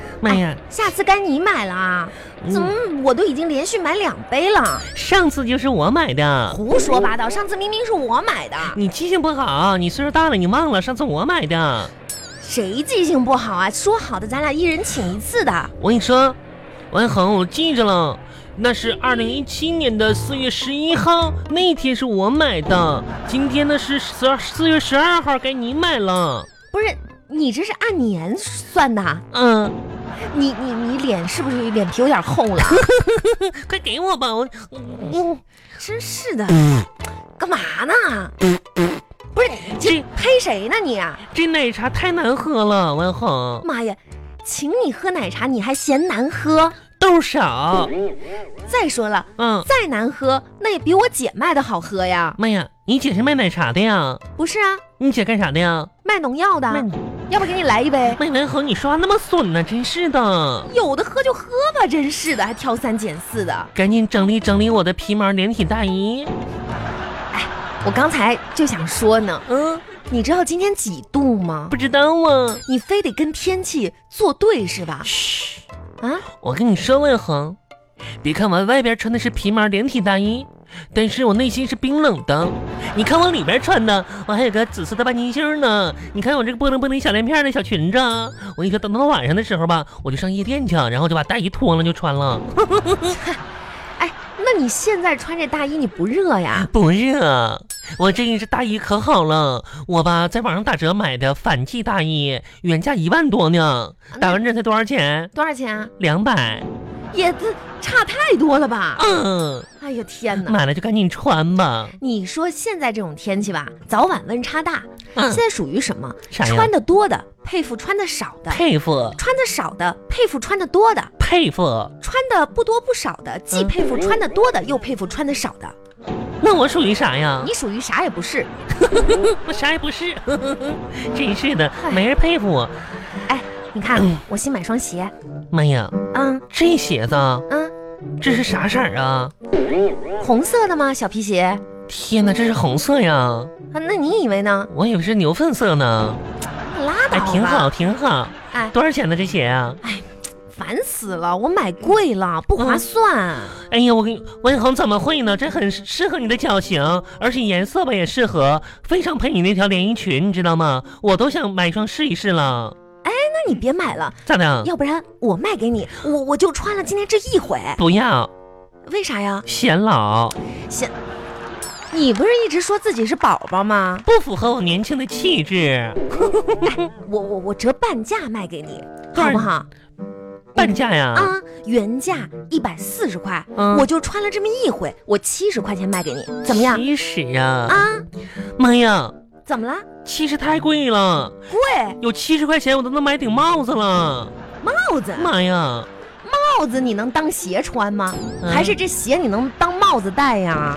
妈呀， 下次该你买了啊！怎么我都已经连续买2杯了？ 上次就是我买的。 胡说八道，上次明明是我买的。 你记性不好，你岁数大了，你忘了上次我买的。 谁记性不好啊？说好的咱俩1人请1次的。 我跟你说，王恒，我记着了。那是2017年的4月11号，那天是我买的。今天呢是4月12号，该你买了。 不是，你这是按年算的？你脸是不是脸皮有点厚了？ 快给我吧，我真是的，干嘛呢？不是，这呸谁呢你啊？ 这奶茶太难喝了，王恒。 妈呀，请你喝奶茶你还嫌难喝？ 豆少。 再说了，再难喝那也比我姐卖的好喝呀。 妈呀，你姐是卖奶茶的呀？ 不是啊。 你姐干啥的呀？ 卖农药的。要不给你来一杯？ 麦文恒，你说话那么损呢，真是的。 有的喝就喝吧，真是的，还挑3拣4的。 赶紧整理整理我的皮毛连体大衣。 哎，我刚才就想说呢，你知道今天几度吗？ 不知道啊。 你非得跟天气作对是吧？ 嘘， 啊， 我跟你说，文恒，别看我外边穿的是皮毛连体大衣，但是我内心是冰冷的。你看我里边穿的，我还有个紫色的半截袖呢。你看我这个波棱波棱小连片的小裙子，我跟你说，等到晚上的时候吧，我就上夜店去，然后就把大衣脱了就穿了。 哎，那你现在穿这大衣你不热呀？ 不热，我这大衣可好了，我吧在网上打折买的反季大衣，原价1万多呢，打完折才多少钱？ 多少钱啊 ？200。 也差太多了吧？哎呀天哪！ 买了就赶紧穿吧。 你说现在这种天气吧，早晚温差大，现在属于什么？ 啥呀？ 穿的多的佩服穿的少的， 佩服穿的少的佩服穿的多的， 佩服穿的不多不少的，既佩服穿的多的，又佩服穿的少的。 那我属于啥呀？ 你属于啥也不是。 我啥也不是。真是的，没人佩服我。 哎，你看我新买双鞋。 妈呀，这鞋子，这是啥色啊？ 红色的吗？小皮鞋。 天哪，这是红色呀？ 那你以为呢？ 我以为是牛粪色呢。 拉倒吧。 挺好，挺好。 哎， 多少钱呢这鞋啊？ 哎，烦死了，我买贵了，不划算。 哎呀，文恒怎么会呢？这很适合你的脚型，而且颜色吧也适合，非常配你那条连衣裙，你知道吗？我都想买一双试一试了。 哎，那你别买了， 咋的？ 要不然我卖给你，我就穿了今天这一回。 不要。 为啥呀？ 显老。 你不是一直说自己是宝宝吗？ 不符合我年轻的气质。 哎，我折半价卖给你，好不好？ 半价呀？ 原价140块，我就穿了这么一回，我70块钱卖给你，怎么样 ？70啊？妈呀！ 怎么了 ？70太贵了， 贵， 有70块钱我都能买顶帽子了。 帽子？ 妈呀！ 帽子你能当鞋穿吗？还是这鞋你能当帽子戴呀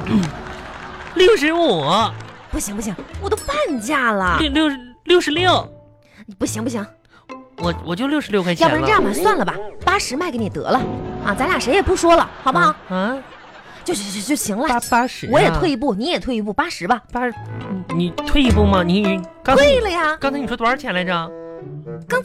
？65。 不行不行，我都半价了。 66。 不行不行， 我就66块钱了。 要不然这样吧，算了吧，80卖给你得了啊，咱俩谁也不说了，好不好？就行了。 80， 我也退一步，你也退一步，80吧。 你退一步吗？你退了呀。 刚才你说多少钱来着？ 刚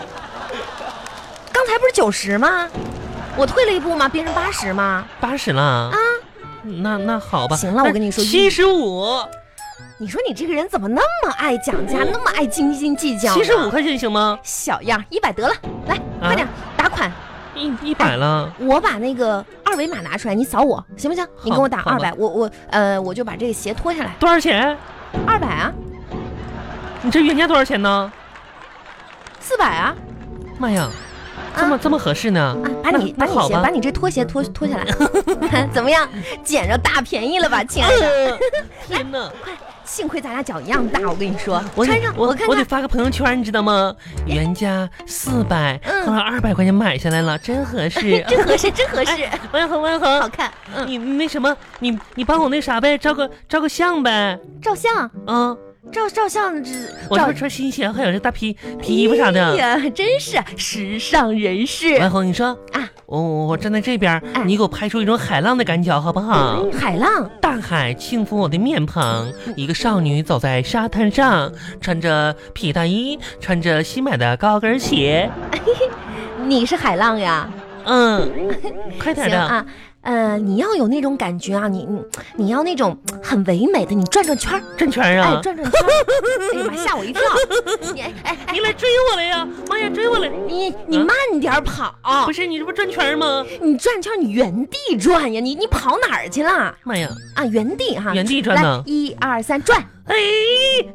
才不是90吗？我退了一步吗？变成80吗 ？80了。那好吧。 行了，我跟你说 75。 你说你这个人怎么那么爱讲价，那么爱斤斤计较 ？75块钱行吗？ 小样，100得了，来，快点打款。 100了。 我把那个2维码拿出来，你扫我行不行？你给我打200，我就把这个鞋脱下来。 多少钱 ？200啊。 你这原价多少钱呢 ？400啊。 妈呀，这么合适呢？ 把你这拖鞋脱下来，怎么样？捡着大便宜了吧，亲爱的？ 天哪， 快！幸亏咱俩脚一样大，我跟你说， 穿上我看看。 我得发个朋友圈，你知道吗？原价400，后来200块钱买下来了，真合适， 真合适，真合适。 文恒， 好看。 你那什么，你帮我那啥呗，照个相呗。 照相？照相， 我穿新鞋，还有这大皮衣服啥的。 哎呀，真是时尚人士。 文恒，你说我站在这边， 哎你给我拍出一种海浪的感觉，好不好？ 海浪， 大海轻抚我的面庞，一个少女走在沙滩上，穿着皮大衣，穿着新买的高跟鞋。 你是海浪呀？ 快点的。 行啊。你要有那种感觉啊，你要那种很唯美的，你转转圈儿， 转圈啊！ 哎，转转圈儿，哎呀妈，吓我一跳！ 你来追我来呀！妈呀，追我来！ 你慢点跑， 不是你这不转圈吗？ 你转圈，你原地转呀！你跑哪儿去了？ 妈呀！ 啊，原地哈， 原地转呢 ！1、2、3，转！ 嘿，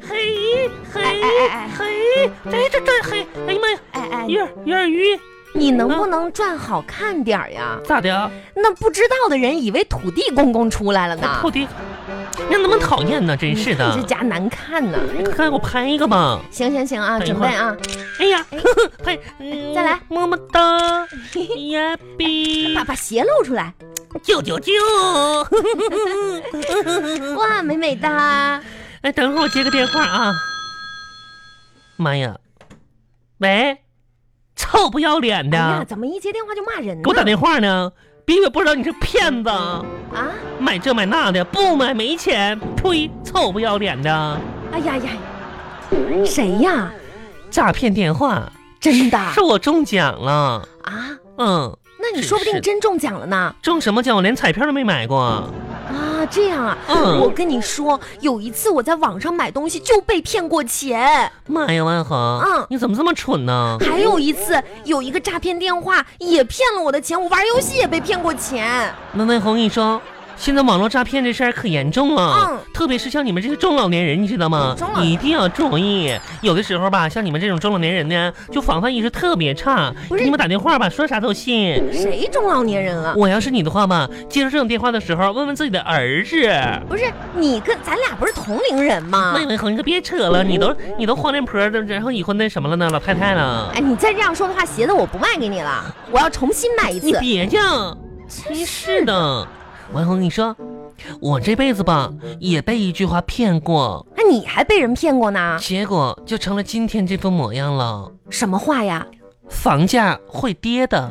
这嘿，哎呀妈呀！有点晕。 你能不能转好看点呀？ 咋的？ 那不知道的人以为土地公公出来了呢。 土地，你那么讨厌呢？真是的， 这家难看呢。 快给我拍一个吧。 行啊，准备啊。 哎呀，拍， 再来， 么么哒呀比， 把鞋露出来。 啾！ 哇，美美的。 哎，等会儿我接个电话啊。妈呀，喂。臭不要脸的！ 哎呀，怎么一接电话就骂人呢？ 给我打电话呢，别以为不知道你是骗子啊！买这买那的，不买没钱，呸！臭不要脸的！ 哎呀，谁呀？ 诈骗电话， 真的？ 是我中奖了啊？ 那你说不定真中奖了呢。 中什么奖？我连彩票都没买过。 啊，这样啊。我跟你说，有一次我在网上买东西就被骗过钱。 妈呀，万恒，你怎么这么蠢呢？ 还有一次，有一个诈骗电话也骗了我的钱，我玩游戏也被骗过钱。 那万恒，你说现在网络诈骗这事儿可严重了，特别是像你们这些中老年人，你知道吗？一定要注意。有的时候吧，像你们这种中老年人呢，就防范意识特别差，给你们打电话吧，说啥都信。 谁中老年人啊？ 我要是你的话吧，接到这种电话的时候，问问自己的儿子。 不是你跟咱俩不是同龄人吗？ 万恒，你可别扯了，你都黄脸婆的，然后已婚那什么了呢，老太太了。 哎，你再这样说的话，鞋子我不卖给你了，我要重新买一次。 你别这样，真是的。万恒，你说我这辈子吧也被一句话骗过， 那你还被人骗过呢？ 结果就成了今天这副模样了。 什么话呀？ 房价会跌的。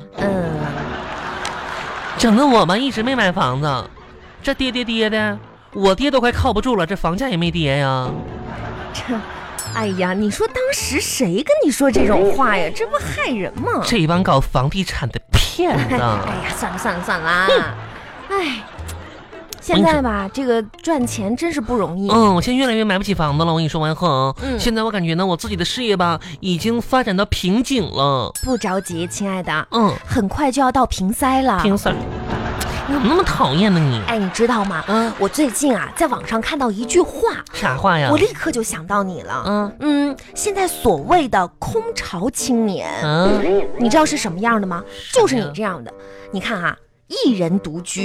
整的我吧一直没买房子，这跌的，我爹都快靠不住了，这房价也没跌呀。 哎呀，你说当时谁跟你说这种话呀？这不害人吗？ 这帮搞房地产的骗子。 哎呀，算了。哎，现在吧，这个赚钱真是不容易。 我现在越来越买不起房子了。我跟你说，万恒，现在我感觉呢，我自己的事业吧，已经发展到瓶颈了。 不着急，亲爱的，很快就要到瓶塞了。 瓶塞，你怎么那么讨厌呢你？ 哎，你知道吗？我最近啊，在网上看到一句话。 啥话呀？ 我立刻就想到你了。现在所谓的空巢青年，你知道是什么样的吗？就是你这样的。你看啊。一人独居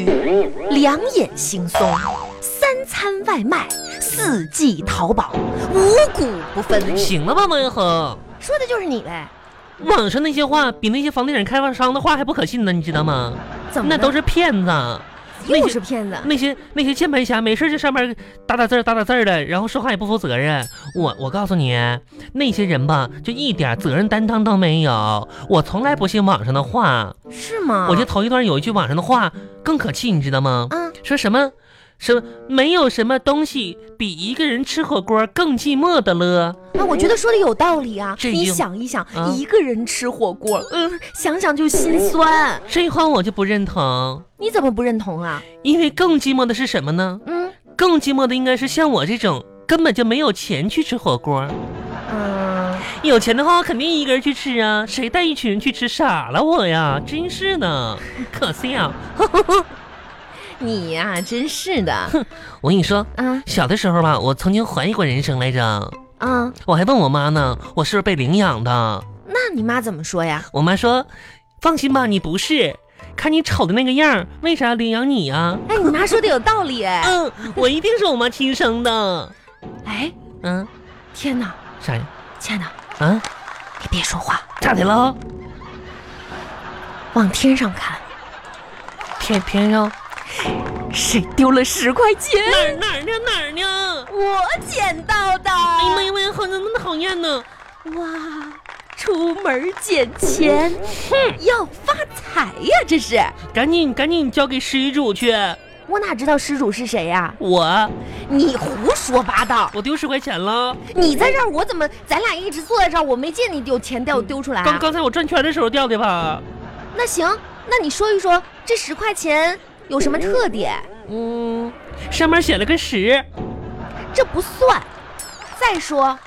，2眼惺忪，3餐外卖，4季淘宝，5谷不分。 行了吧，万恒， 说的就是你呗。 网上那些话比那些房地产开发商的话还不可信呢，你知道吗？ 怎么？ 那都是骗子。 又是骗子。 那些键盘侠没事就上面打打字的，然后说话也不负责任。我告诉你，那些人吧，就一点责任担当都没有。我从来不信网上的话。 是吗？ 我觉得头一段有一句网上的话更可气，你知道吗？说什么没有什么东西比一个人吃火锅更寂寞的了。 我觉得说的有道理啊。你想一想，一个人吃火锅，想想就心酸。 这话我就不认同。 你怎么不认同啊？ 因为更寂寞的是什么呢？更寂寞的应该是像我这种根本就没有钱去吃火锅。有钱的话我肯定一个人去吃啊，谁带一群人去吃？傻了我呀，真是的，可笑。 你呀，真是的。 我跟你说，小的时候吧，我曾经怀疑过人生来着。我还问我妈呢，我是不是被领养的？ 那你妈怎么说呀？ 我妈说，放心吧，你不是。看你丑的那个样，为啥要领养你呀？ 哎，你妈说的有道理哎。 我一定是我妈亲生的。 哎，天哪！ 啥呀？ 亲爱的，你别说话。 咋的了？ 往天上看。 天上？ 谁丢了10块钱？ 哪儿呢？ 我捡到的。 哎呀妈呀，好怎么那么讨厌呢？ 哇，出门捡钱，要发财。 财呀，这是！ 赶紧交给失主去。 我哪知道失主是谁呀？ 你胡说八道！ 我丢10块钱了。 你在这儿，我怎么咱俩一直坐在这儿，我没见你丢钱丢出来啊？ 刚才我转圈的时候掉的吧？ 那行，那你说一说这10块钱有什么特点？ 上面写了个10， 这不算。再说，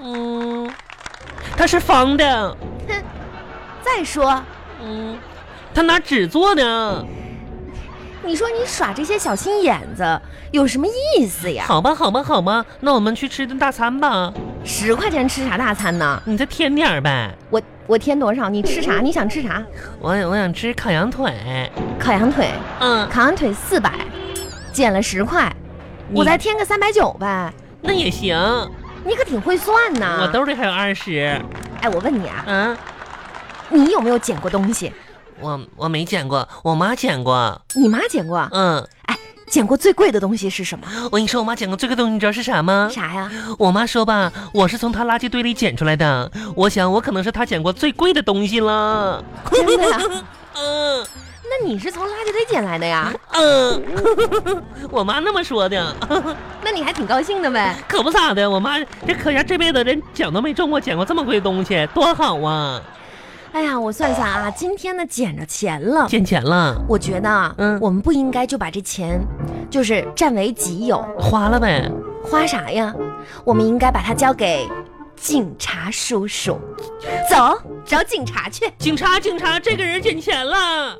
它是方的。 哼，再说， 它拿纸做的。 你说你耍这些小心眼子有什么意思呀？ 好吧，那我们去吃顿大餐吧。 10块钱吃啥大餐呢？ 你再添点呗。 我添多少？你吃啥？你想吃啥？ 我想吃烤羊腿。 烤羊腿，烤羊腿400，减了10块，我再添个390呗。 那也行。 你可挺会算呢。 我兜里还有20。 哎，我问你啊，你有没有捡过东西？ 我没捡过，我妈捡过。 你妈捡过？哎，捡过最贵的东西是什么？ 我跟你说，我妈捡过最贵的东西，你知道是啥吗？ 啥呀？ 我妈说吧，我是从她垃圾堆里捡出来的。我想我可能是她捡过最贵的东西了。 真的呀？那你是从垃圾堆捡来的呀？ 我妈那么说的。 那你还挺高兴的呗？ 可不咋的，我妈这可下这辈子连奖都没中过，捡过这么贵的东西，多好啊！ 哎呀，我算算啊，今天呢捡着钱了， 捡钱了。 我觉得，我们不应该就把这钱就是占为己有， 花了呗。 花啥呀？我们应该把它交给警察叔叔。走，找警察去。 警察，这个人捡钱了。